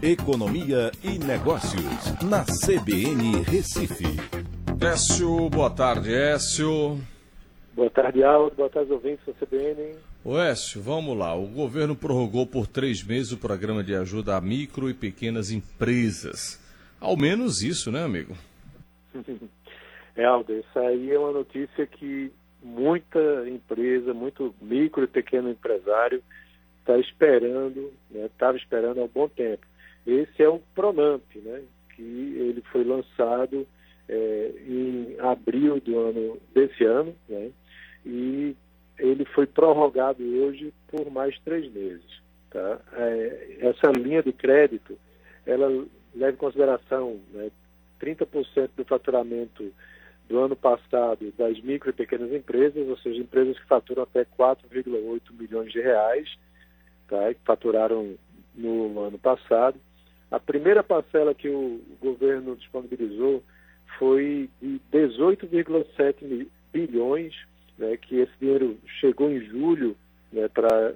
Economia e Negócios, na CBN Recife. Écio, boa tarde, Écio. Boa tarde, Aldo. Boa tarde, ouvintes da CBN. Ô Écio, vamos lá. O governo prorrogou por 3 meses o programa de ajuda a micro e pequenas empresas. Ao menos isso, né, amigo? Aldo, isso aí é uma notícia que muita empresa, muito micro e pequeno empresário está esperando, estava esperando há um bom tempo. Esse é o Pronamp, né, que ele foi lançado em abril desse ano, né, e ele foi prorrogado hoje por mais 3 meses. Tá? Essa linha de crédito, ela leva em consideração 30% do faturamento do ano passado das micro e pequenas empresas, ou seja, empresas que faturam até 4,8 milhões de reais, tá? Que faturaram no ano passado. A primeira parcela que o governo disponibilizou foi de 18,7 bilhões, né, que esse dinheiro chegou em julho, né, para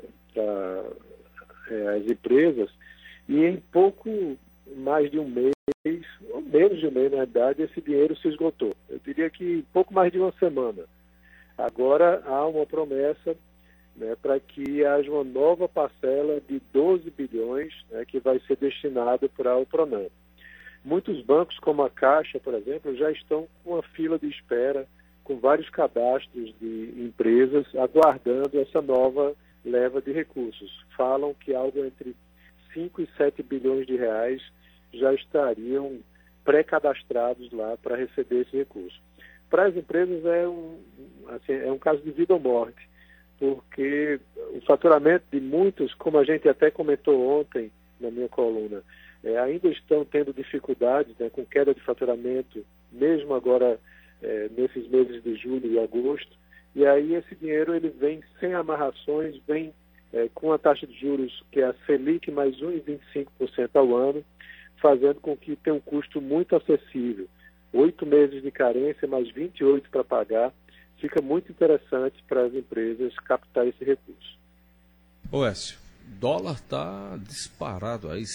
as empresas, e em pouco mais de um mês, ou menos de um mês, na verdade, esse dinheiro se esgotou. Eu diria que pouco mais de uma semana. Agora há uma promessa, né, para que haja uma nova parcela de 12 bilhões, né, que vai ser destinada para o Pronamp. Muitos bancos, como a Caixa, por exemplo, já estão com uma fila de espera, com vários cadastros de empresas aguardando essa nova leva de recursos. Falam que algo entre 5 e 7 bilhões de reais já estariam pré-cadastrados lá para receber esse recurso. Para as empresas é um caso de vida ou morte, porque o faturamento de muitos, como a gente até comentou ontem na minha coluna, ainda estão tendo dificuldades, né, com queda de faturamento, mesmo agora nesses meses de julho e agosto, e aí esse dinheiro ele vem sem amarrações, vem com a taxa de juros que é a Selic mais 1,25% ao ano, fazendo com que tenha um custo muito acessível. 8 meses de carência, mais 28 para pagar, fica muito interessante para as empresas captar esse recurso. Ô Écio, dólar está disparado aí,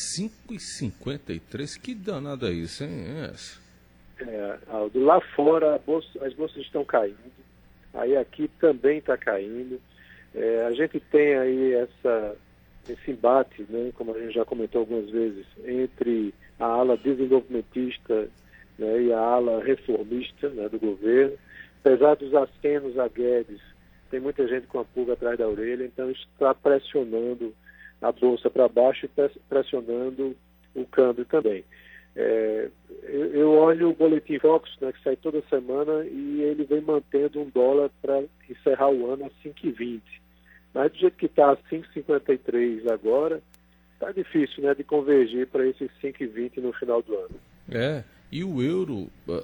5,53, que danado é isso, hein, Écio? Aldo, lá fora as bolsas estão caindo, aí aqui também está caindo. A gente tem aí esse embate, né, como a gente já comentou algumas vezes, entre a ala desenvolvimentista, né, e a ala reformista, né, do governo. Apesar dos acenos a Guedes, tem muita gente com a pulga atrás da orelha, então isso está pressionando a bolsa para baixo e pressionando o câmbio também. Eu olho o Boletim Fox, né, que sai toda semana, e ele vem mantendo um dólar para encerrar o ano a 5,20. Mas do jeito que está a 5,53 agora, está difícil, né, de convergir para esses 5,20 no final do ano. E o euro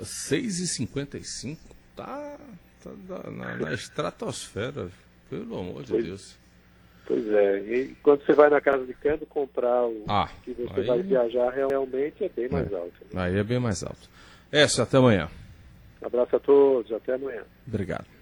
6,55 tá na estratosfera, pelo amor de Deus. Pois é, e quando você vai na casa de câmbio comprar o que você vai viajar, realmente é bem mais alto. Né? Aí é bem mais alto. Écio, até amanhã. Um abraço a todos, até amanhã. Obrigado.